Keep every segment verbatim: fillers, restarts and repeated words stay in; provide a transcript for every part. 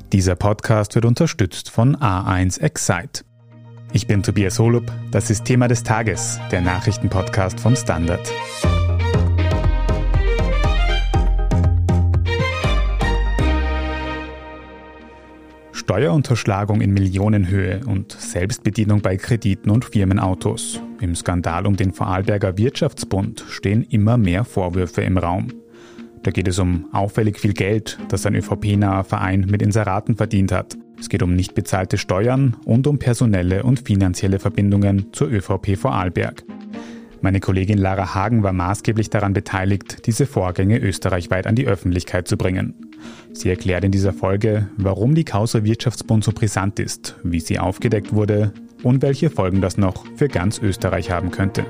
Dieser Podcast wird unterstützt von A eins Excite. Ich bin Tobias Holub, das ist Thema des Tages, der Nachrichtenpodcast vom Standard. Steuerunterschlagung in Millionenhöhe und Selbstbedienung bei Krediten und Firmenautos. Im Skandal um den Vorarlberger Wirtschaftsbund stehen immer mehr Vorwürfe im Raum. Da geht es um auffällig viel Geld, das ein ÖVP-naher Verein mit Inseraten verdient hat. Es geht um nicht bezahlte Steuern und um personelle und finanzielle Verbindungen zur ÖVP Vorarlberg. Meine Kollegin Lara Hagen war maßgeblich daran beteiligt, diese Vorgänge österreichweit an die Öffentlichkeit zu bringen. Sie erklärt in dieser Folge, warum die Causa Wirtschaftsbund so brisant ist, wie sie aufgedeckt wurde und welche Folgen das noch für ganz Österreich haben könnte.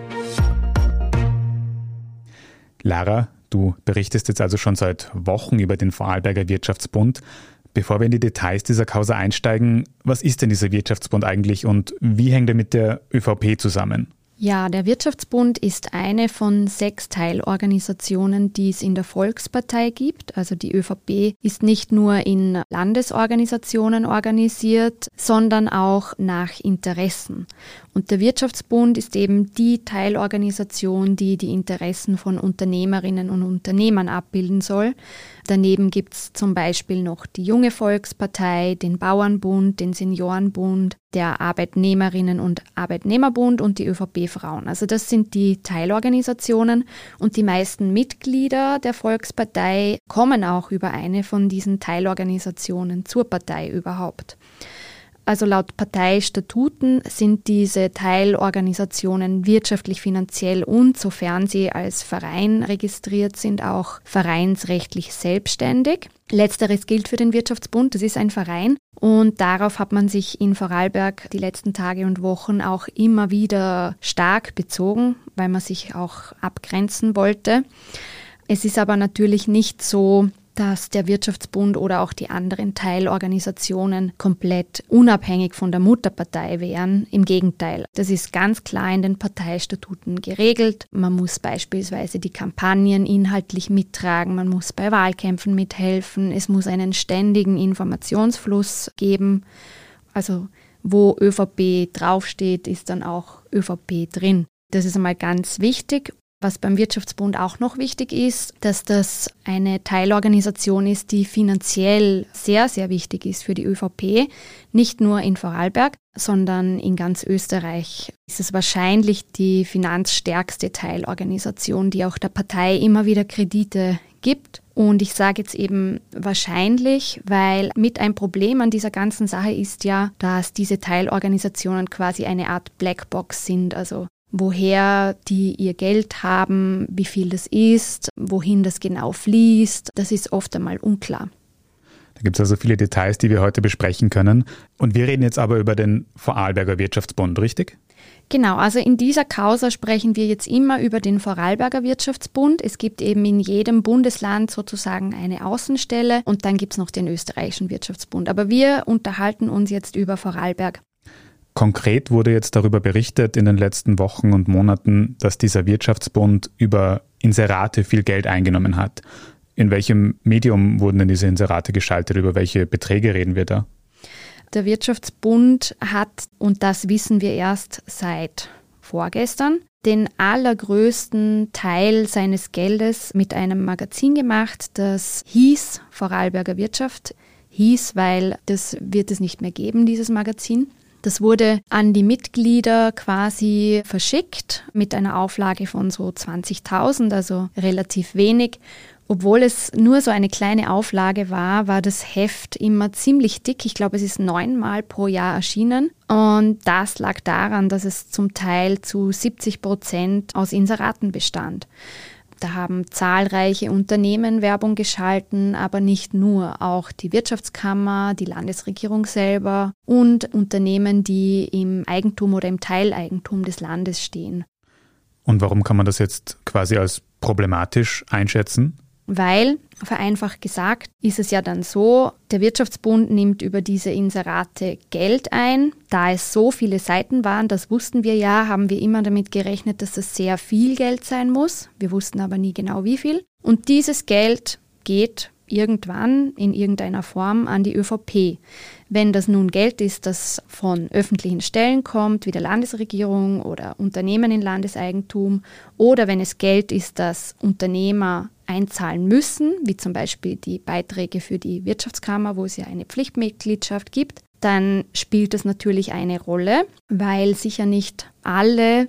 Lara, du berichtest jetzt also schon seit Wochen über den Vorarlberger Wirtschaftsbund. Bevor wir in die Details dieser Causa einsteigen, was ist denn dieser Wirtschaftsbund eigentlich und wie hängt er mit der ÖVP zusammen? Ja, der Wirtschaftsbund ist eine von sechs Teilorganisationen, die es in der Volkspartei gibt. Also die ÖVP ist nicht nur in Landesorganisationen organisiert, sondern auch nach Interessen. Und der Wirtschaftsbund ist eben die Teilorganisation, die die Interessen von Unternehmerinnen und Unternehmern abbilden soll. Daneben gibt es zum Beispiel noch die Junge Volkspartei, den Bauernbund, den Seniorenbund, der Arbeitnehmerinnen- und Arbeitnehmerbund und die ÖVP Frauen. Also das sind die Teilorganisationen und die meisten Mitglieder der Volkspartei kommen auch über eine von diesen Teilorganisationen zur Partei überhaupt. Also laut Parteistatuten sind diese Teilorganisationen wirtschaftlich, finanziell und, sofern sie als Verein registriert sind, auch vereinsrechtlich selbstständig. Letzteres gilt für den Wirtschaftsbund, das ist ein Verein und darauf hat man sich in Vorarlberg die letzten Tage und Wochen auch immer wieder stark bezogen, weil man sich auch abgrenzen wollte. Es ist aber natürlich nicht so, dass der Wirtschaftsbund oder auch die anderen Teilorganisationen komplett unabhängig von der Mutterpartei wären. Im Gegenteil, das ist ganz klar in den Parteistatuten geregelt. Man muss beispielsweise die Kampagnen inhaltlich mittragen, man muss bei Wahlkämpfen mithelfen, es muss einen ständigen Informationsfluss geben. Also wo ÖVP draufsteht, ist dann auch ÖVP drin. Das ist einmal ganz wichtig. Was beim Wirtschaftsbund auch noch wichtig ist, dass das eine Teilorganisation ist, die finanziell sehr, sehr wichtig ist für die ÖVP. Nicht nur in Vorarlberg, sondern in ganz Österreich ist es wahrscheinlich die finanzstärkste Teilorganisation, die auch der Partei immer wieder Kredite gibt. Und ich sage jetzt eben wahrscheinlich, weil mit ein Problem an dieser ganzen Sache ist ja, dass diese Teilorganisationen quasi eine Art Blackbox sind, also woher die ihr Geld haben, wie viel das ist, wohin das genau fließt, das ist oft einmal unklar. Da gibt es also viele Details, die wir heute besprechen können. Und wir reden jetzt aber über den Vorarlberger Wirtschaftsbund, richtig? Genau, also in dieser Causa sprechen wir jetzt immer über den Vorarlberger Wirtschaftsbund. Es gibt eben in jedem Bundesland sozusagen eine Außenstelle und dann gibt es noch den österreichischen Wirtschaftsbund. Aber wir unterhalten uns jetzt über Vorarlberg. Konkret wurde jetzt darüber berichtet in den letzten Wochen und Monaten, dass dieser Wirtschaftsbund über Inserate viel Geld eingenommen hat. In welchem Medium wurden denn diese Inserate geschaltet? Über welche Beträge reden wir da? Der Wirtschaftsbund hat, und das wissen wir erst seit vorgestern, den allergrößten Teil seines Geldes mit einem Magazin gemacht, das hieß Vorarlberger Wirtschaft. Hieß, weil das wird es nicht mehr geben, dieses Magazin. Das wurde an die Mitglieder quasi verschickt mit einer Auflage von so zwanzigtausend, also relativ wenig. Obwohl es nur so eine kleine Auflage war, war das Heft immer ziemlich dick. Ich glaube, es ist neunmal pro Jahr erschienen. Und das lag daran, dass es zum Teil zu siebzig Prozent aus Inseraten bestand. Da haben zahlreiche Unternehmen Werbung geschalten, aber nicht nur, auch die Wirtschaftskammer, die Landesregierung selber und Unternehmen, die im Eigentum oder im Teileigentum des Landes stehen. Und warum kann man das jetzt quasi als problematisch einschätzen? Weil, vereinfacht gesagt, ist es ja dann so, der Wirtschaftsbund nimmt über diese Inserate Geld ein. Da es so viele Seiten waren, das wussten wir ja, haben wir immer damit gerechnet, dass das sehr viel Geld sein muss. Wir wussten aber nie genau wie viel. Und dieses Geld geht irgendwann in irgendeiner Form an die ÖVP. Wenn das nun Geld ist, das von öffentlichen Stellen kommt, wie der Landesregierung oder Unternehmen in Landeseigentum, oder wenn es Geld ist, das Unternehmer einzahlen müssen, wie zum Beispiel die Beiträge für die Wirtschaftskammer, wo es ja eine Pflichtmitgliedschaft gibt, dann spielt das natürlich eine Rolle, weil sicher nicht alle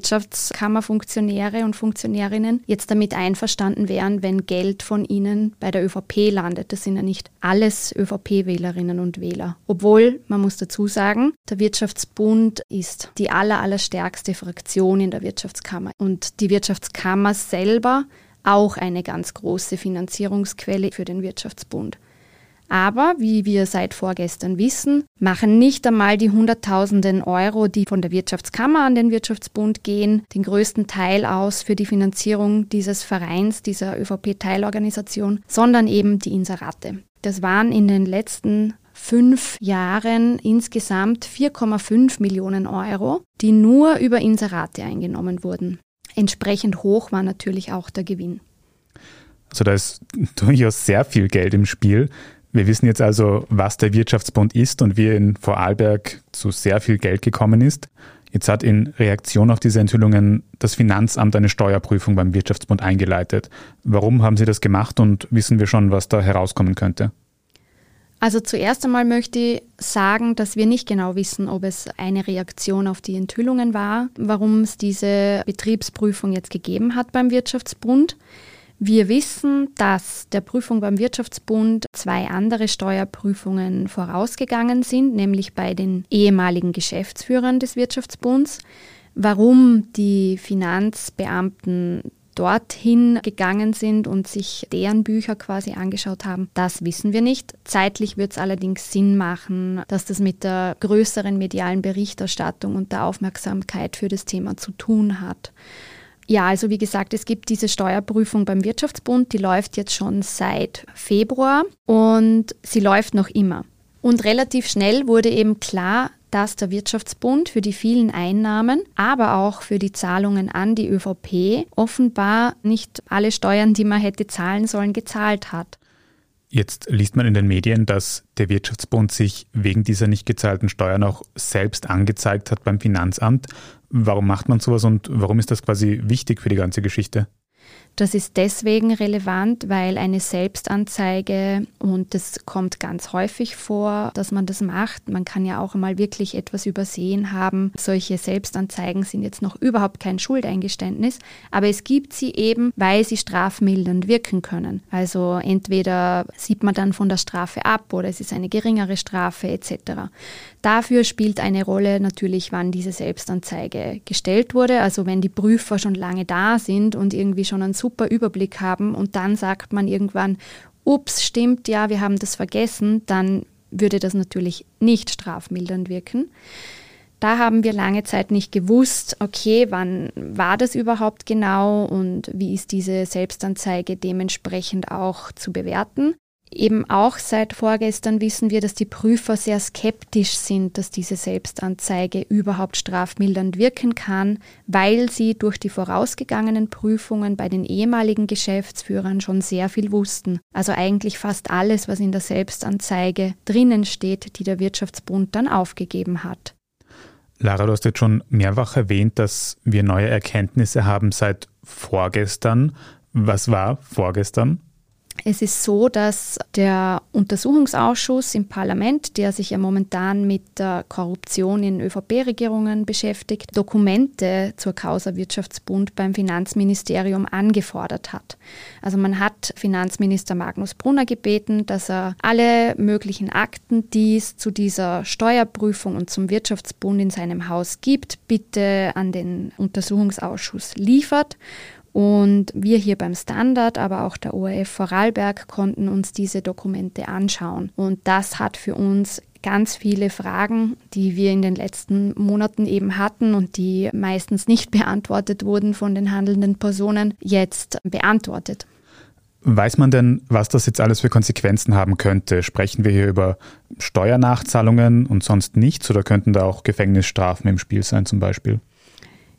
Wirtschaftskammerfunktionäre und Funktionärinnen jetzt damit einverstanden wären, wenn Geld von ihnen bei der ÖVP landet. Das sind ja nicht alles ÖVP-Wählerinnen und Wähler. Obwohl, man muss dazu sagen, der Wirtschaftsbund ist die aller, allerstärkste Fraktion in der Wirtschaftskammer. Und die Wirtschaftskammer selber auch eine ganz große Finanzierungsquelle für den Wirtschaftsbund. Aber, wie wir seit vorgestern wissen, machen nicht einmal die Hunderttausenden Euro, die von der Wirtschaftskammer an den Wirtschaftsbund gehen, den größten Teil aus für die Finanzierung dieses Vereins, dieser ÖVP-Teilorganisation, sondern eben die Inserate. Das waren in den letzten fünf Jahren insgesamt vier Komma fünf Millionen Euro, die nur über Inserate eingenommen wurden. Entsprechend hoch war natürlich auch der Gewinn. Also da ist durchaus sehr viel Geld im Spiel. Wir wissen jetzt also, was der Wirtschaftsbund ist und wie er in Vorarlberg zu sehr viel Geld gekommen ist. Jetzt hat in Reaktion auf diese Enthüllungen das Finanzamt eine Steuerprüfung beim Wirtschaftsbund eingeleitet. Warum haben Sie das gemacht und wissen wir schon, was da herauskommen könnte? Also zuerst einmal möchte ich sagen, dass wir nicht genau wissen, ob es eine Reaktion auf die Enthüllungen war, warum es diese Betriebsprüfung jetzt gegeben hat beim Wirtschaftsbund. Wir wissen, dass der Prüfung beim Wirtschaftsbund zwei andere Steuerprüfungen vorausgegangen sind, nämlich bei den ehemaligen Geschäftsführern des Wirtschaftsbunds. Warum die Finanzbeamten dorthin gegangen sind und sich deren Bücher quasi angeschaut haben, das wissen wir nicht. Zeitlich wird es allerdings Sinn machen, dass das mit der größeren medialen Berichterstattung und der Aufmerksamkeit für das Thema zu tun hat. Ja, also wie gesagt, es gibt diese Steuerprüfung beim Wirtschaftsbund, die läuft jetzt schon seit Februar und sie läuft noch immer. Und relativ schnell wurde eben klar, dass der Wirtschaftsbund für die vielen Einnahmen, aber auch für die Zahlungen an die ÖVP offenbar nicht alle Steuern, die man hätte zahlen sollen, gezahlt hat. Jetzt liest man in den Medien, dass der Wirtschaftsbund sich wegen dieser nicht gezahlten Steuern auch selbst angezeigt hat beim Finanzamt. Warum macht man sowas und warum ist das quasi wichtig für die ganze Geschichte? Das ist deswegen relevant, weil eine Selbstanzeige, und das kommt ganz häufig vor, dass man das macht, man kann ja auch einmal wirklich etwas übersehen haben. Solche Selbstanzeigen sind jetzt noch überhaupt kein Schuldeingeständnis, aber es gibt sie eben, weil sie strafmildernd wirken können. Also entweder sieht man dann von der Strafe ab oder es ist eine geringere Strafe et cetera. Dafür spielt eine Rolle natürlich, wann diese Selbstanzeige gestellt wurde. Also wenn die Prüfer schon lange da sind und irgendwie schon einen super Überblick haben und dann sagt man irgendwann, ups, stimmt, ja, wir haben das vergessen, dann würde das natürlich nicht strafmildernd wirken. Da haben wir lange Zeit nicht gewusst, okay, wann war das überhaupt genau und wie ist diese Selbstanzeige dementsprechend auch zu bewerten. Eben auch seit vorgestern wissen wir, dass die Prüfer sehr skeptisch sind, dass diese Selbstanzeige überhaupt strafmildernd wirken kann, weil sie durch die vorausgegangenen Prüfungen bei den ehemaligen Geschäftsführern schon sehr viel wussten. Also eigentlich fast alles, was in der Selbstanzeige drinnen steht, die der Wirtschaftsbund dann aufgegeben hat. Lara, du hast jetzt schon mehrfach erwähnt, dass wir neue Erkenntnisse haben seit vorgestern. Was war vorgestern? Es ist so, dass der Untersuchungsausschuss im Parlament, der sich ja momentan mit der Korruption in ÖVP-Regierungen beschäftigt, Dokumente zur Causa Wirtschaftsbund beim Finanzministerium angefordert hat. Also man hat Finanzminister Magnus Brunner gebeten, dass er alle möglichen Akten, die es zu dieser Steuerprüfung und zum Wirtschaftsbund in seinem Haus gibt, bitte an den Untersuchungsausschuss liefert. Und wir hier beim Standard, aber auch der O R F Vorarlberg konnten uns diese Dokumente anschauen. Und das hat für uns ganz viele Fragen, die wir in den letzten Monaten eben hatten und die meistens nicht beantwortet wurden von den handelnden Personen, jetzt beantwortet. Weiß man denn, was das jetzt alles für Konsequenzen haben könnte? Sprechen wir hier über Steuernachzahlungen und sonst nichts oder könnten da auch Gefängnisstrafen im Spiel sein zum Beispiel?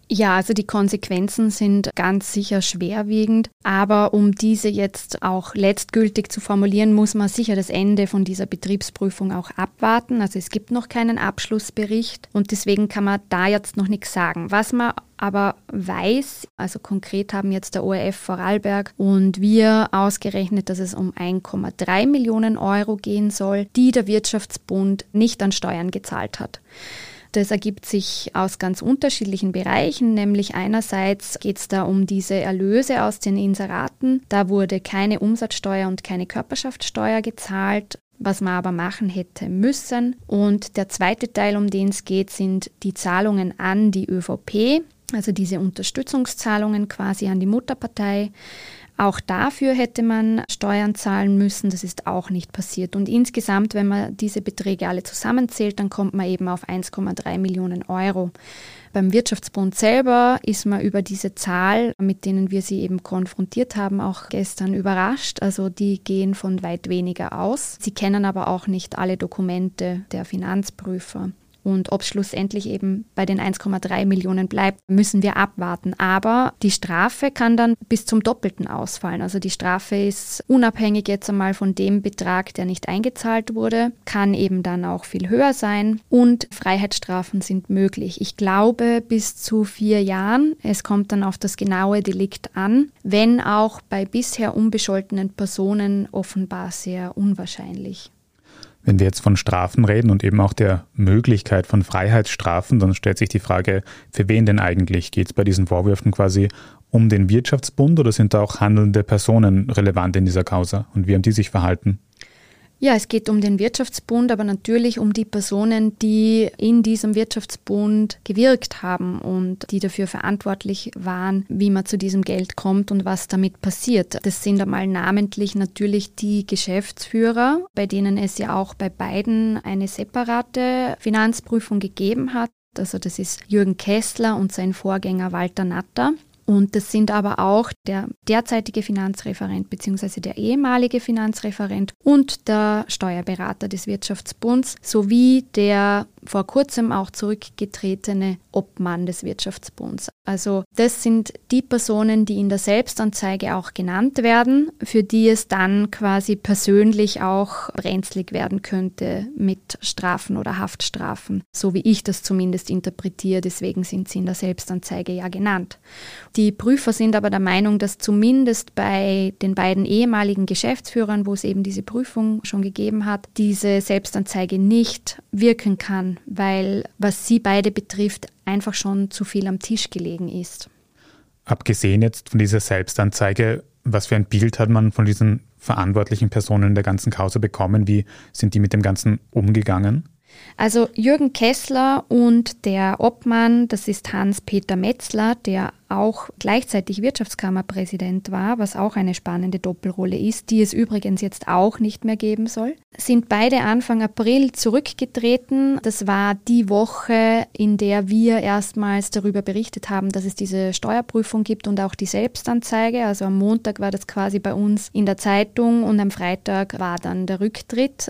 Ja, also die Konsequenzen sind ganz sicher schwerwiegend, aber um diese jetzt auch letztgültig zu formulieren, muss man sicher das Ende von dieser Betriebsprüfung auch abwarten. Also es gibt noch keinen Abschlussbericht und deswegen kann man da jetzt noch nichts sagen. Was man aber weiß, also konkret haben jetzt der O R F Vorarlberg und wir ausgerechnet, dass es um eins Komma drei Millionen Euro gehen soll, die der Wirtschaftsbund nicht an Steuern gezahlt hat. Das ergibt sich aus ganz unterschiedlichen Bereichen, nämlich einerseits geht es da um diese Erlöse aus den Inseraten. Da wurde keine Umsatzsteuer und keine Körperschaftssteuer gezahlt, was man aber machen hätte müssen. Und der zweite Teil, um den es geht, sind die Zahlungen an die ÖVP, also diese Unterstützungszahlungen quasi an die Mutterpartei. Auch dafür hätte man Steuern zahlen müssen, das ist auch nicht passiert. Und insgesamt, wenn man diese Beträge alle zusammenzählt, dann kommt man eben auf eins Komma drei Millionen Euro. Beim Wirtschaftsbund selber ist man über diese Zahl, mit denen wir sie eben konfrontiert haben, auch gestern überrascht. Also die gehen von weit weniger aus. Sie kennen aber auch nicht alle Dokumente der Finanzprüfer. Und ob es schlussendlich eben bei den eins Komma drei Millionen bleibt, müssen wir abwarten. Aber die Strafe kann dann bis zum Doppelten ausfallen. Also die Strafe ist unabhängig jetzt einmal von dem Betrag, der nicht eingezahlt wurde, kann eben dann auch viel höher sein. Und Freiheitsstrafen sind möglich. Ich glaube bis zu vier Jahren. Es kommt dann auf das genaue Delikt an, wenn auch bei bisher unbescholtenen Personen offenbar sehr unwahrscheinlich. Wenn wir jetzt von Strafen reden und eben auch der Möglichkeit von Freiheitsstrafen, dann stellt sich die Frage, für wen denn eigentlich? Geht es bei diesen Vorwürfen quasi um den Wirtschaftsbund oder sind da auch handelnde Personen relevant in dieser Causa? Und wie haben die sich verhalten? Ja, es geht um den Wirtschaftsbund, aber natürlich um die Personen, die in diesem Wirtschaftsbund gewirkt haben und die dafür verantwortlich waren, wie man zu diesem Geld kommt und was damit passiert. Das sind einmal namentlich natürlich die Geschäftsführer, bei denen es ja auch bei beiden eine separate Finanzprüfung gegeben hat. Also das ist Jürgen Kessler und sein Vorgänger Walter Natter. Und das sind aber auch der derzeitige Finanzreferent bzw. der ehemalige Finanzreferent und der Steuerberater des Wirtschaftsbunds sowie der vor kurzem auch zurückgetretene Obmann des Wirtschaftsbunds. Also das sind die Personen, die in der Selbstanzeige auch genannt werden, für die es dann quasi persönlich auch brenzlig werden könnte mit Strafen oder Haftstrafen, so wie ich das zumindest interpretiere. Deswegen sind sie in der Selbstanzeige ja genannt. Die Prüfer sind aber der Meinung, dass zumindest bei den beiden ehemaligen Geschäftsführern, wo es eben diese Prüfung schon gegeben hat, diese Selbstanzeige nicht wirken kann, weil was sie beide betrifft, einfach schon zu viel am Tisch gelegen ist. Abgesehen jetzt von dieser Selbstanzeige, was für ein Bild hat man von diesen verantwortlichen Personen in der ganzen Causa bekommen? Wie sind die mit dem Ganzen umgegangen? Also Jürgen Kessler und der Obmann, das ist Hans-Peter Metzler, der auch gleichzeitig Wirtschaftskammerpräsident war, was auch eine spannende Doppelrolle ist, die es übrigens jetzt auch nicht mehr geben soll, sind beide Anfang April zurückgetreten. Das war die Woche, in der wir erstmals darüber berichtet haben, dass es diese Steuerprüfung gibt und auch die Selbstanzeige. Also am Montag war das quasi bei uns in der Zeitung und am Freitag war dann der Rücktritt.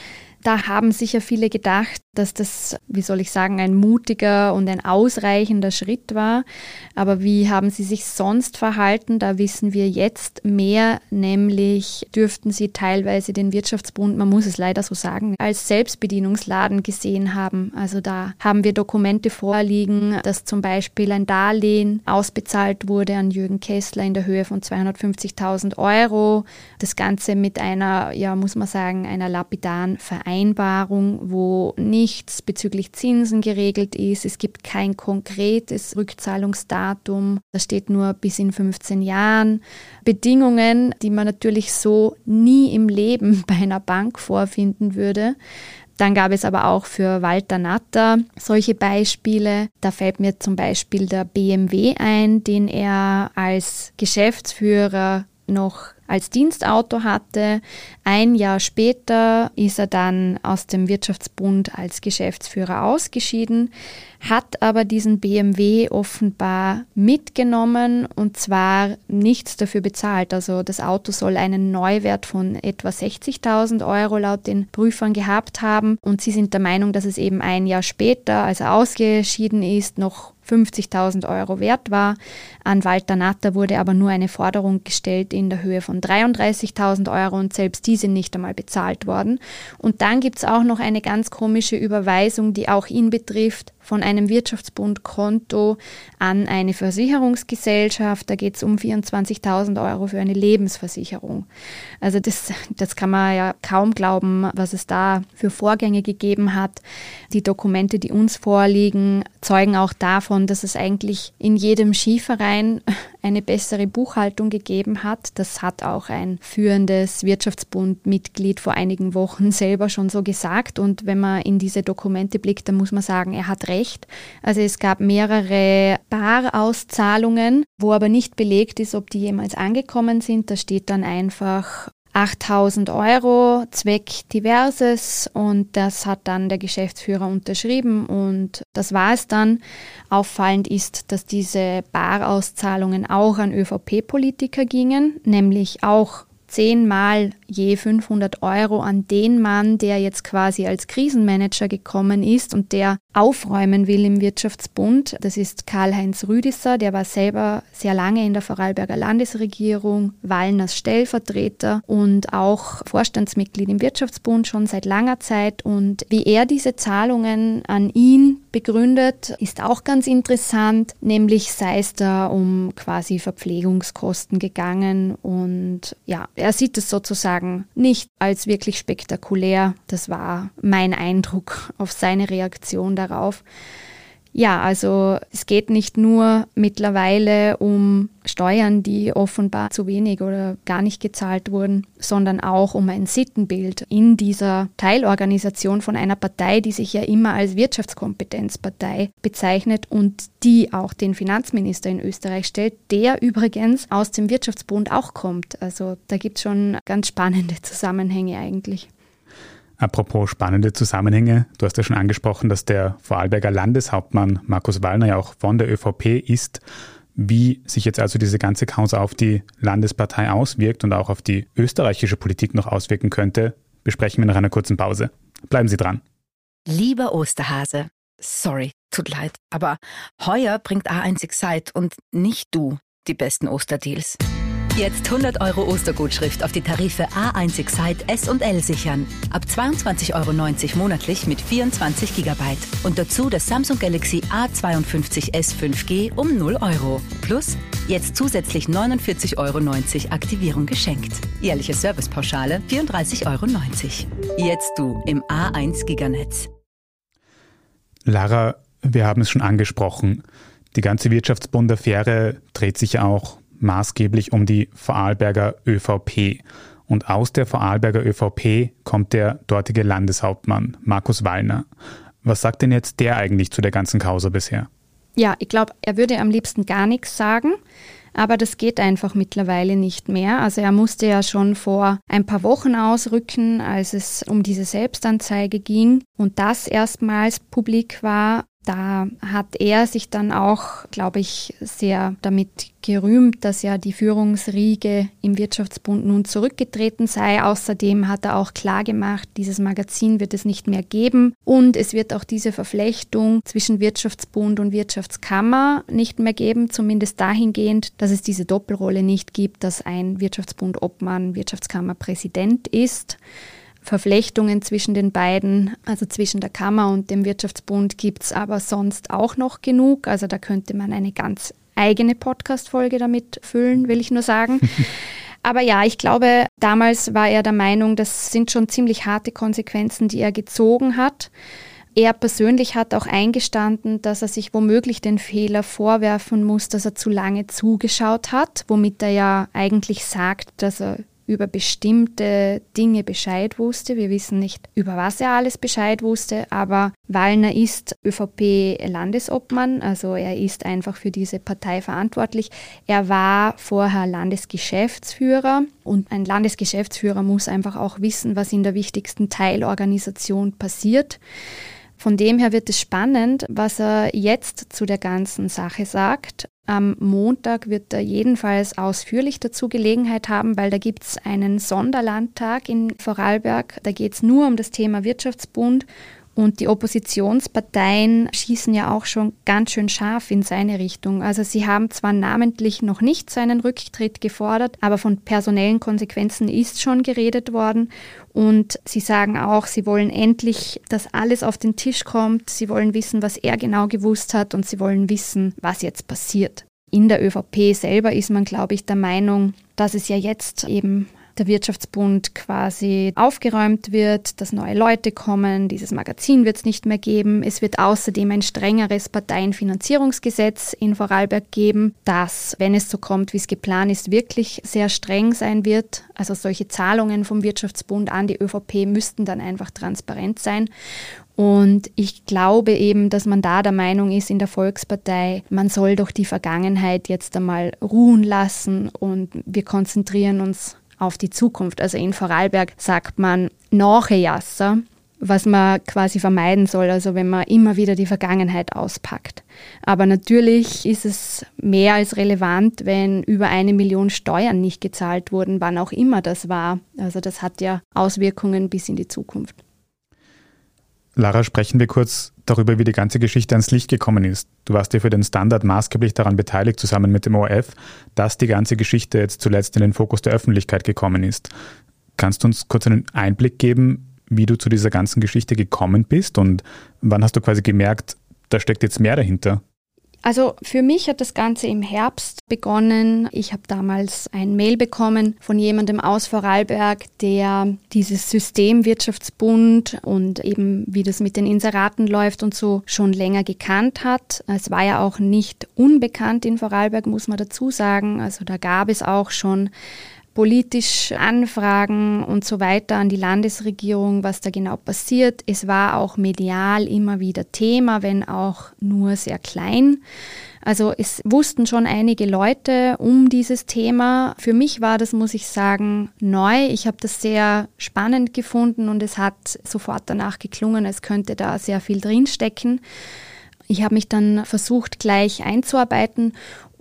Da haben sicher viele gedacht, dass das, wie soll ich sagen, ein mutiger und ein ausreichender Schritt war. Aber wie haben sie sich sonst verhalten? Da wissen wir jetzt mehr, nämlich dürften sie teilweise den Wirtschaftsbund, man muss es leider so sagen, als Selbstbedienungsladen gesehen haben. Also da haben wir Dokumente vorliegen, dass zum Beispiel ein Darlehen ausbezahlt wurde an Jürgen Kessler in der Höhe von zweihundertfünfzigtausend Euro. Das Ganze mit einer, ja, muss man sagen, einer lapidaren Vereinbarung, wo nichts bezüglich Zinsen geregelt ist. Es gibt kein konkretes Rückzahlungsdatum. Da steht nur bis in fünfzehn Jahren. Bedingungen, die man natürlich so nie im Leben bei einer Bank vorfinden würde. Dann gab es aber auch für Walter Natter solche Beispiele. Da fällt mir zum Beispiel der B M W ein, den er als Geschäftsführer noch als Dienstauto hatte. Ein Jahr später ist er dann aus dem Wirtschaftsbund als Geschäftsführer ausgeschieden, hat aber diesen B M W offenbar mitgenommen und zwar nichts dafür bezahlt. Also das Auto soll einen Neuwert von etwa sechzigtausend Euro laut den Prüfern gehabt haben und sie sind der Meinung, dass es eben ein Jahr später, als er ausgeschieden ist, noch fünfzigtausend Euro wert war. An Walter Natter wurde aber nur eine Forderung gestellt in der Höhe von dreiunddreißigtausend Euro und selbst die sind nicht einmal bezahlt worden. Und dann gibt es auch noch eine ganz komische Überweisung, die auch ihn betrifft, von einem Wirtschaftsbundkonto an eine Versicherungsgesellschaft. Da geht es um vierundzwanzigtausend Euro für eine Lebensversicherung. Also das, das kann man ja kaum glauben, was es da für Vorgänge gegeben hat. Die Dokumente, die uns vorliegen, zeugen auch davon, dass es eigentlich in jedem Skiverein eine bessere Buchhaltung gegeben hat. Das hat auch ein führendes Wirtschaftsbundmitglied vor einigen Wochen selber schon so gesagt. Und wenn man in diese Dokumente blickt, dann muss man sagen, er hat recht. Also es gab mehrere Barauszahlungen, wo aber nicht belegt ist, ob die jemals angekommen sind. Da steht dann einfach achttausend Euro, Zweck Diverses und das hat dann der Geschäftsführer unterschrieben und das war es dann. Auffallend ist, dass diese Barauszahlungen auch an ÖVP-Politiker gingen, nämlich auch zehnmal je fünfhundert Euro an den Mann, der jetzt quasi als Krisenmanager gekommen ist und der aufräumen will im Wirtschaftsbund. Das ist Karl-Heinz Rüdisser, der war selber sehr lange in der Vorarlberger Landesregierung, Wallners Stellvertreter und auch Vorstandsmitglied im Wirtschaftsbund schon seit langer Zeit. Und wie er diese Zahlungen an ihn begründet, ist auch ganz interessant, nämlich sei es da um quasi Verpflegungskosten gegangen und ja, er sieht es sozusagen nicht als wirklich spektakulär. Das war mein Eindruck auf seine Reaktion darauf. Ja, also es geht nicht nur mittlerweile um Steuern, die offenbar zu wenig oder gar nicht gezahlt wurden, sondern auch um ein Sittenbild in dieser Teilorganisation von einer Partei, die sich ja immer als Wirtschaftskompetenzpartei bezeichnet und die auch den Finanzminister in Österreich stellt, der übrigens aus dem Wirtschaftsbund auch kommt. Also da gibt es schon ganz spannende Zusammenhänge eigentlich. Apropos spannende Zusammenhänge, du hast ja schon angesprochen, dass der Vorarlberger Landeshauptmann Markus Wallner ja auch von der ÖVP ist. Wie sich jetzt also diese ganze Causa auf die Landespartei auswirkt und auch auf die österreichische Politik noch auswirken könnte, besprechen wir nach einer kurzen Pause. Bleiben Sie dran. Lieber Osterhase, sorry, tut leid, aber heuer bringt A eins Excite und nicht du die besten Osterdeals. Jetzt hundert Euro Ostergutschrift auf die Tarife A eins Excite S und L sichern. Ab zweiundzwanzig Euro neunzig monatlich mit vierundzwanzig Gigabyte. Und dazu das Samsung Galaxy A zweiundfünfzig S fünf G um null Euro. Plus jetzt zusätzlich neunundvierzig Euro neunzig Aktivierung geschenkt. Jährliche Servicepauschale vierunddreißig Euro neunzig. Jetzt du im A eins Giganetz. Lara, wir haben es schon angesprochen. Die ganze Wirtschaftsbund-Affäre dreht sich ja auch maßgeblich um die Vorarlberger ÖVP. Und aus der Vorarlberger ÖVP kommt der dortige Landeshauptmann Markus Wallner. Was sagt denn jetzt der eigentlich zu der ganzen Causa bisher? Ja, ich glaube, er würde am liebsten gar nichts sagen, aber das geht einfach mittlerweile nicht mehr. Also er musste ja schon vor ein paar Wochen ausrücken, als es um diese Selbstanzeige ging und das erstmals publik war. Da hat er sich dann auch, glaube ich, sehr damit gerühmt, dass ja die Führungsriege im Wirtschaftsbund nun zurückgetreten sei. Außerdem hat er auch klargemacht, dieses Magazin wird es nicht mehr geben und es wird auch diese Verflechtung zwischen Wirtschaftsbund und Wirtschaftskammer nicht mehr geben, zumindest dahingehend, dass es diese Doppelrolle nicht gibt, dass ein Wirtschaftsbund-Obmann Wirtschaftskammerpräsident ist. Verflechtungen zwischen den beiden, also zwischen der Kammer und dem Wirtschaftsbund, gibt es aber sonst auch noch genug. Also da könnte man eine ganz eigene Podcast-Folge damit füllen, will ich nur sagen. Aber ja, ich glaube, damals war er der Meinung, das sind schon ziemlich harte Konsequenzen, die er gezogen hat. Er persönlich hat auch eingestanden, dass er sich womöglich den Fehler vorwerfen muss, dass er zu lange zugeschaut hat, womit er ja eigentlich sagt, dass er über bestimmte Dinge Bescheid wusste. Wir wissen nicht, über was er alles Bescheid wusste, aber Wallner ist ÖVP-Landesobmann, also er ist einfach für diese Partei verantwortlich. Er war vorher Landesgeschäftsführer und ein Landesgeschäftsführer muss einfach auch wissen, was in der wichtigsten Teilorganisation passiert. Von dem her wird es spannend, was er jetzt zu der ganzen Sache sagt. Am Montag wird er jedenfalls ausführlich dazu Gelegenheit haben, weil da gibt es einen Sonderlandtag in Vorarlberg. Da geht es nur um das Thema Wirtschaftsbund. Und die Oppositionsparteien schießen ja auch schon ganz schön scharf in seine Richtung. Also sie haben zwar namentlich noch nicht seinen Rücktritt gefordert, aber von personellen Konsequenzen ist schon geredet worden. Und sie sagen auch, sie wollen endlich, dass alles auf den Tisch kommt. Sie wollen wissen, was er genau gewusst hat und sie wollen wissen, was jetzt passiert. In der ÖVP selber ist man, glaube ich, der Meinung, dass es ja jetzt eben der Wirtschaftsbund quasi aufgeräumt wird, dass neue Leute kommen, dieses Magazin wird es nicht mehr geben. Es wird außerdem ein strengeres Parteienfinanzierungsgesetz in Vorarlberg geben, das, wenn es so kommt, wie es geplant ist, wirklich sehr streng sein wird. Also solche Zahlungen vom Wirtschaftsbund an die ÖVP müssten dann einfach transparent sein. Und ich glaube eben, dass man da der Meinung ist in der Volkspartei, man soll doch die Vergangenheit jetzt einmal ruhen lassen und wir konzentrieren uns auf die Zukunft. Also in Vorarlberg sagt man nachjasser, was man quasi vermeiden soll, also wenn man immer wieder die Vergangenheit auspackt. Aber natürlich ist es mehr als relevant, wenn über eine Million Steuern nicht gezahlt wurden, wann auch immer das war. Also das hat ja Auswirkungen bis in die Zukunft. Lara, sprechen wir kurz darüber, wie die ganze Geschichte ans Licht gekommen ist. Du warst ja für den Standard maßgeblich daran beteiligt, zusammen mit dem O R F, dass die ganze Geschichte jetzt zuletzt in den Fokus der Öffentlichkeit gekommen ist. Kannst du uns kurz einen Einblick geben, wie du zu dieser ganzen Geschichte gekommen bist und wann hast du quasi gemerkt, da steckt jetzt mehr dahinter? Also für mich hat das Ganze im Herbst begonnen. Ich habe damals ein Mail bekommen von jemandem aus Vorarlberg, der dieses System Wirtschaftsbund und eben wie das mit den Inseraten läuft und so schon länger gekannt hat. Es war ja auch nicht unbekannt in Vorarlberg, muss man dazu sagen. Also da gab es auch schon politisch Anfragen und so weiter an die Landesregierung, was da genau passiert. Es war auch medial immer wieder Thema, wenn auch nur sehr klein. Also es wussten schon einige Leute um dieses Thema. Für mich war das, muss ich sagen, neu. Ich habe das sehr spannend gefunden und es hat sofort danach geklungen, als könnte da sehr viel drinstecken. Ich habe mich dann versucht, gleich einzuarbeiten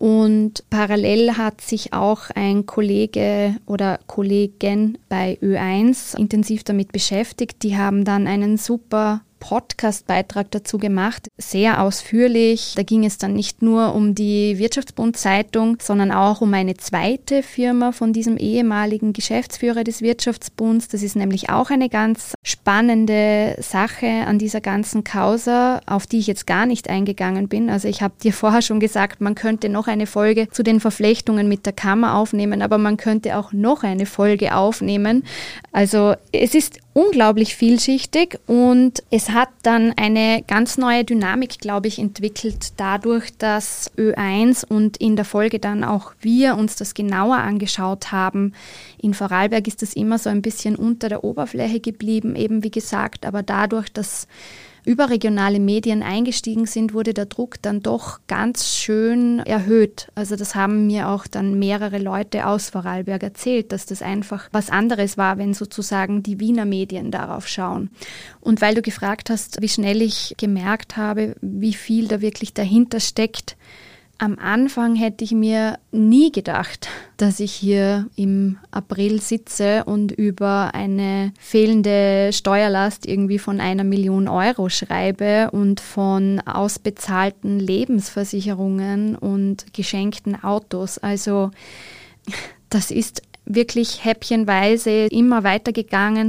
und parallel hat sich auch ein Kollege oder Kollegin bei Ö eins intensiv damit beschäftigt. Die haben dann einen super Podcast-Beitrag dazu gemacht, sehr ausführlich. Da ging es dann nicht nur um die Wirtschaftsbund-Zeitung, sondern auch um eine zweite Firma von diesem ehemaligen Geschäftsführer des Wirtschaftsbunds. Das ist nämlich auch eine ganz spannende Sache an dieser ganzen Causa, auf die ich jetzt gar nicht eingegangen bin. Also ich habe dir vorher schon gesagt, man könnte noch eine Folge zu den Verflechtungen mit der Kammer aufnehmen, aber man könnte auch noch eine Folge aufnehmen. Also es ist unglaublich vielschichtig und es hat dann eine ganz neue Dynamik, glaube ich, entwickelt dadurch, dass Ö eins und in der Folge dann auch wir uns das genauer angeschaut haben. In Vorarlberg ist das immer so ein bisschen unter der Oberfläche geblieben, eben wie gesagt, aber dadurch, dass überregionale Medien eingestiegen sind, wurde der Druck dann doch ganz schön erhöht. Also das haben mir auch dann mehrere Leute aus Vorarlberg erzählt, dass das einfach was anderes war, wenn sozusagen die Wiener Medien darauf schauen. Und weil du gefragt hast, wie schnell ich gemerkt habe, wie viel da wirklich dahinter steckt, am Anfang hätte ich mir nie gedacht, dass ich hier im April sitze und über eine fehlende Steuerlast irgendwie von einer Million Euro schreibe und von ausbezahlten Lebensversicherungen und geschenkten Autos. Also das ist wirklich häppchenweise immer weitergegangen.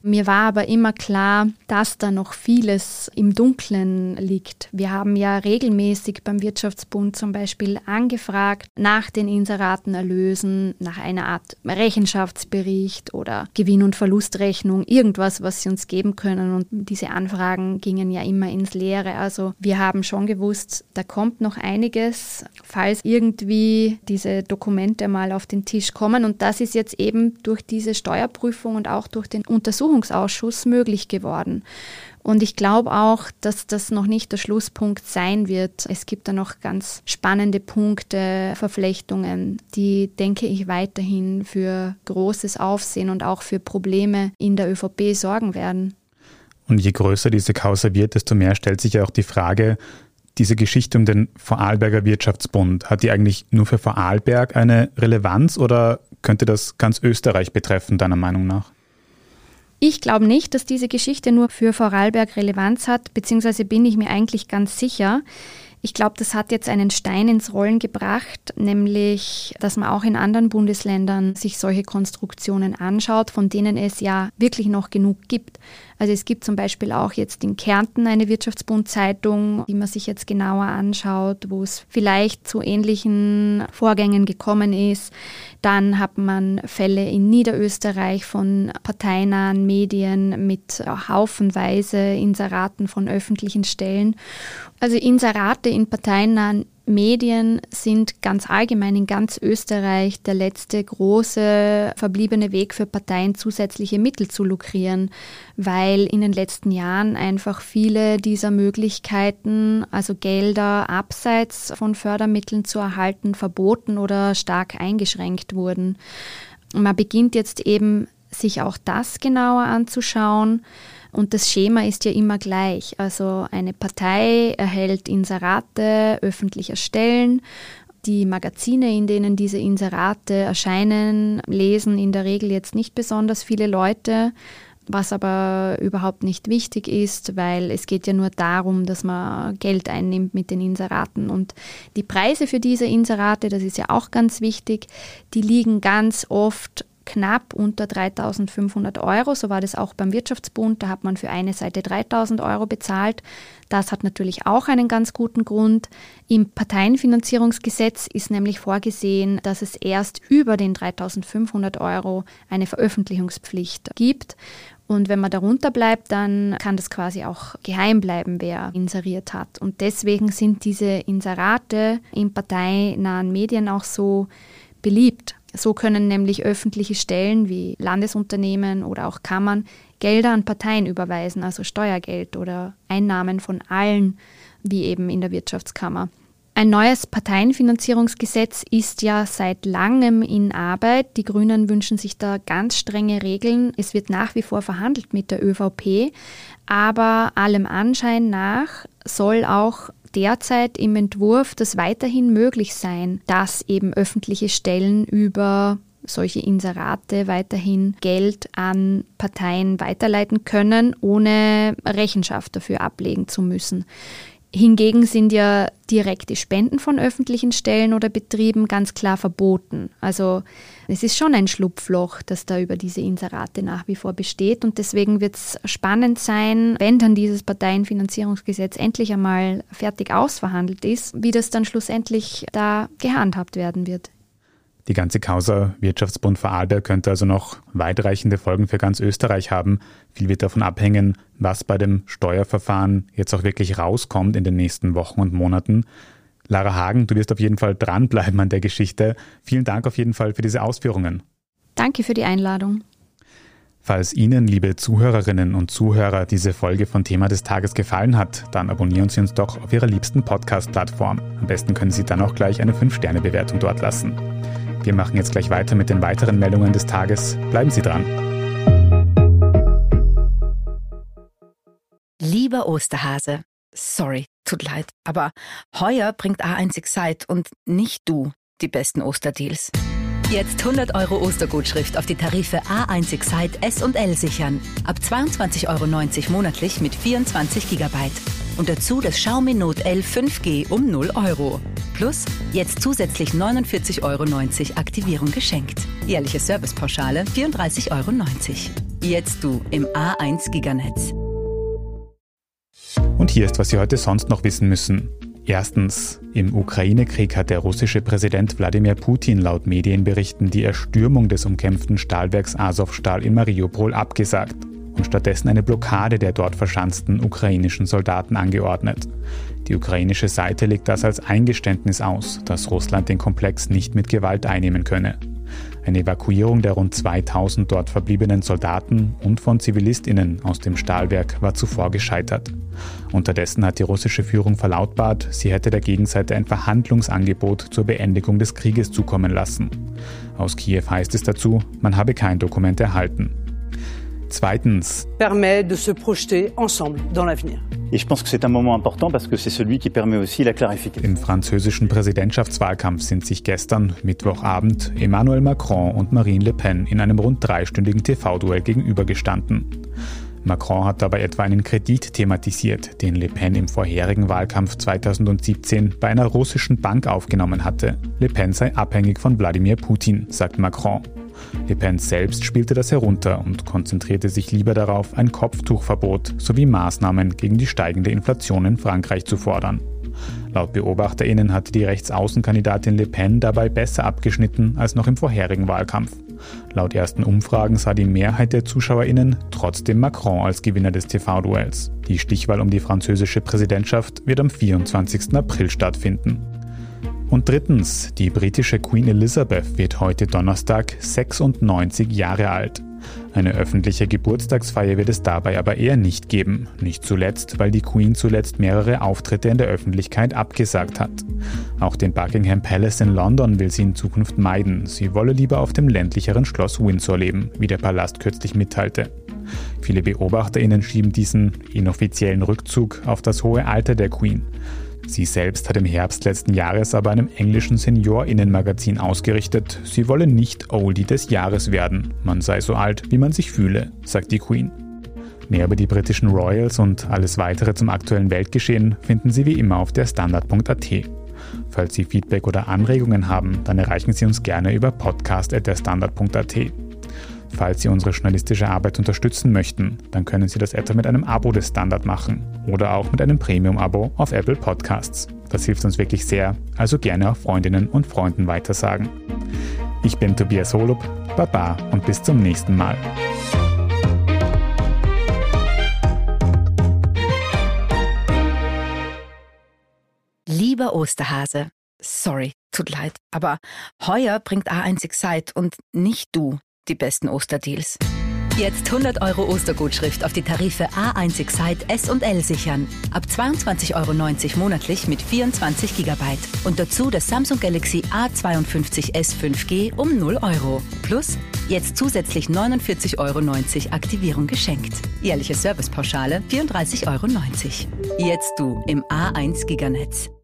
Mir war aber immer klar, dass da noch vieles im Dunkeln liegt. Wir haben ja regelmäßig beim Wirtschaftsbund zum Beispiel angefragt nach den Inseratenerlösen, nach einer Art Rechenschaftsbericht oder Gewinn- und Verlustrechnung, irgendwas, was sie uns geben können. Und diese Anfragen gingen ja immer ins Leere. Also wir haben schon gewusst, da kommt noch einiges, falls irgendwie diese Dokumente mal auf den Tisch kommen. Und das ist jetzt eben durch diese Steuerprüfung und auch durch den Untersuchungsausschuss möglich geworden. Und ich glaube auch, dass das noch nicht der Schlusspunkt sein wird. Es gibt da noch ganz spannende Punkte, Verflechtungen, die, denke ich, weiterhin für großes Aufsehen und auch für Probleme in der ÖVP sorgen werden. Und je größer diese Causa wird, desto mehr stellt sich ja auch die Frage, diese Geschichte um den Vorarlberger Wirtschaftsbund, hat die eigentlich nur für Vorarlberg eine Relevanz oder könnte das ganz Österreich betreffen, deiner Meinung nach? Ich glaube nicht, dass diese Geschichte nur für Vorarlberg Relevanz hat, beziehungsweise bin ich mir eigentlich ganz sicher. Ich glaube, das hat jetzt einen Stein ins Rollen gebracht, nämlich, dass man auch in anderen Bundesländern sich solche Konstruktionen anschaut, von denen es ja wirklich noch genug gibt. Also es gibt zum Beispiel auch jetzt in Kärnten eine Wirtschaftsbund-Zeitung, die man sich jetzt genauer anschaut, wo es vielleicht zu ähnlichen Vorgängen gekommen ist. Dann hat man Fälle in Niederösterreich von parteinahen Medien mit haufenweise Inseraten von öffentlichen Stellen. Also Inserate in parteinahen Medien sind ganz allgemein in ganz Österreich der letzte große verbliebene Weg für Parteien, zusätzliche Mittel zu lukrieren, weil in den letzten Jahren einfach viele dieser Möglichkeiten, also Gelder abseits von Fördermitteln zu erhalten, verboten oder stark eingeschränkt wurden. Man beginnt jetzt eben, sich auch das genauer anzuschauen. Und das Schema ist ja immer gleich. Also eine Partei erhält Inserate öffentlicher Stellen. Die Magazine, in denen diese Inserate erscheinen, lesen in der Regel jetzt nicht besonders viele Leute, was aber überhaupt nicht wichtig ist, weil es geht ja nur darum, dass man Geld einnimmt mit den Inseraten. Und die Preise für diese Inserate, das ist ja auch ganz wichtig, die liegen ganz oft knapp unter dreitausendfünfhundert Euro. So war das auch beim Wirtschaftsbund. Da hat man für eine Seite dreitausend Euro bezahlt. Das hat natürlich auch einen ganz guten Grund. Im Parteienfinanzierungsgesetz ist nämlich vorgesehen, dass es erst über den dreitausendfünfhundert Euro eine Veröffentlichungspflicht gibt. Und wenn man darunter bleibt, dann kann das quasi auch geheim bleiben, wer inseriert hat. Und deswegen sind diese Inserate in parteinahen Medien auch so beliebt. So können nämlich öffentliche Stellen wie Landesunternehmen oder auch Kammern Gelder an Parteien überweisen, also Steuergeld oder Einnahmen von allen, wie eben in der Wirtschaftskammer. Ein neues Parteienfinanzierungsgesetz ist ja seit langem in Arbeit. Die Grünen wünschen sich da ganz strenge Regeln. Es wird nach wie vor verhandelt mit der ÖVP, aber allem Anschein nach soll auch derzeit im Entwurf das weiterhin möglich sein, dass eben öffentliche Stellen über solche Inserate weiterhin Geld an Parteien weiterleiten können, ohne Rechenschaft dafür ablegen zu müssen. Hingegen sind ja direkte Spenden von öffentlichen Stellen oder Betrieben ganz klar verboten. Also es ist schon ein Schlupfloch, das da über diese Inserate nach wie vor besteht. Und deswegen wird es spannend sein, wenn dann dieses Parteienfinanzierungsgesetz endlich einmal fertig ausverhandelt ist, wie das dann schlussendlich da gehandhabt werden wird. Die ganze Causa Wirtschaftsbund Vorarlberg könnte also noch weitreichende Folgen für ganz Österreich haben. Viel wird davon abhängen, was bei dem Steuerverfahren jetzt auch wirklich rauskommt in den nächsten Wochen und Monaten. Lara Hagen, du wirst auf jeden Fall dranbleiben an der Geschichte. Vielen Dank auf jeden Fall für diese Ausführungen. Danke für die Einladung. Falls Ihnen, liebe Zuhörerinnen und Zuhörer, diese Folge von Thema des Tages gefallen hat, dann abonnieren Sie uns doch auf Ihrer liebsten Podcast-Plattform. Am besten können Sie dann auch gleich eine fünf Sterne Bewertung dort lassen. Wir machen jetzt gleich weiter mit den weiteren Meldungen des Tages. Bleiben Sie dran. Lieber Osterhase, sorry, tut leid, aber heuer bringt A eins Excite und nicht du die besten Osterdeals. Jetzt hundert Euro Ostergutschrift auf die Tarife A eins Excite S und L sichern. Ab zweiundzwanzig Euro neunzig monatlich mit vierundzwanzig Gigabyte. Und dazu das Xiaomi Note elf fünf G um null Euro. Plus jetzt zusätzlich neunundvierzig Euro neunzig Aktivierung geschenkt. Jährliche Servicepauschale vierunddreißig Euro neunzig. Jetzt du im A eins Giganetz. Und hier ist, was Sie heute sonst noch wissen müssen. Erstens. Im Ukraine-Krieg hat der russische Präsident Wladimir Putin laut Medienberichten die Erstürmung des umkämpften Stahlwerks Azovstal in Mariupol abgesagt und stattdessen eine Blockade der dort verschanzten ukrainischen Soldaten angeordnet. Die ukrainische Seite legt das als Eingeständnis aus, dass Russland den Komplex nicht mit Gewalt einnehmen könne. Eine Evakuierung der rund zweitausend dort verbliebenen Soldaten und von ZivilistInnen aus dem Stahlwerk war zuvor gescheitert. Unterdessen hat die russische Führung verlautbart, sie hätte der Gegenseite ein Verhandlungsangebot zur Beendigung des Krieges zukommen lassen. Aus Kiew heißt es dazu, man habe kein Dokument erhalten. Zweitens. Permet de se projeter ensemble dans l'avenir. Ich pense que c'est un moment important parce que c'est celui qui permet aussi la clarification. Im französischen Präsidentschaftswahlkampf sind sich gestern, Mittwochabend, Emmanuel Macron und Marine Le Pen in einem rund dreistündigen T V-Duell gegenübergestanden. Macron hat dabei etwa einen Kredit thematisiert, den Le Pen im vorherigen Wahlkampf zweitausendsiebzehn bei einer russischen Bank aufgenommen hatte. Le Pen sei abhängig von Wladimir Putin, sagt Macron. Le Pen selbst spielte das herunter und konzentrierte sich lieber darauf, ein Kopftuchverbot sowie Maßnahmen gegen die steigende Inflation in Frankreich zu fordern. Laut BeobachterInnen hatte die Rechtsaußenkandidatin Le Pen dabei besser abgeschnitten als noch im vorherigen Wahlkampf. Laut ersten Umfragen sah die Mehrheit der ZuschauerInnen trotzdem Macron als Gewinner des T V-Duells. Die Stichwahl um die französische Präsidentschaft wird am vierundzwanzigsten April stattfinden. Und drittens, die britische Queen Elizabeth wird heute Donnerstag sechsundneunzig Jahre alt. Eine öffentliche Geburtstagsfeier wird es dabei aber eher nicht geben. Nicht zuletzt, weil die Queen zuletzt mehrere Auftritte in der Öffentlichkeit abgesagt hat. Auch den Buckingham Palace in London will sie in Zukunft meiden. Sie wolle lieber auf dem ländlicheren Schloss Windsor leben, wie der Palast kürzlich mitteilte. Viele BeobachterInnen schieben diesen inoffiziellen Rückzug auf das hohe Alter der Queen. Sie selbst hat im Herbst letzten Jahres aber einem englischen SeniorInnen-Magazin ausgerichtet, sie wolle nicht Oldie des Jahres werden. Man sei so alt, wie man sich fühle, sagt die Queen. Mehr über die britischen Royals und alles weitere zum aktuellen Weltgeschehen finden Sie wie immer auf der Standard punkt a t. Falls Sie Feedback oder Anregungen haben, dann erreichen Sie uns gerne über podcast at der standard punkt a t. Falls Sie unsere journalistische Arbeit unterstützen möchten, dann können Sie das etwa mit einem Abo des Standard machen oder auch mit einem Premium-Abo auf Apple Podcasts. Das hilft uns wirklich sehr, also gerne auch Freundinnen und Freunden weitersagen. Ich bin Tobias Holub, Baba und bis zum nächsten Mal. Lieber Osterhase, sorry, tut leid, aber heuer bringt A eins Excite und nicht du die besten Osterdeals. Jetzt hundert Euro Ostergutschrift auf die Tarife A eins Excite S und L sichern. Ab zweiundzwanzig Euro neunzig monatlich mit vierundzwanzig Gigabyte. Und dazu das Samsung Galaxy A zweiundfünfzig S fünf G um null Euro. Plus jetzt zusätzlich neunundvierzig Euro neunzig Aktivierung geschenkt. Jährliche Servicepauschale vierunddreißig Euro neunzig. Jetzt du im A eins Giganetz.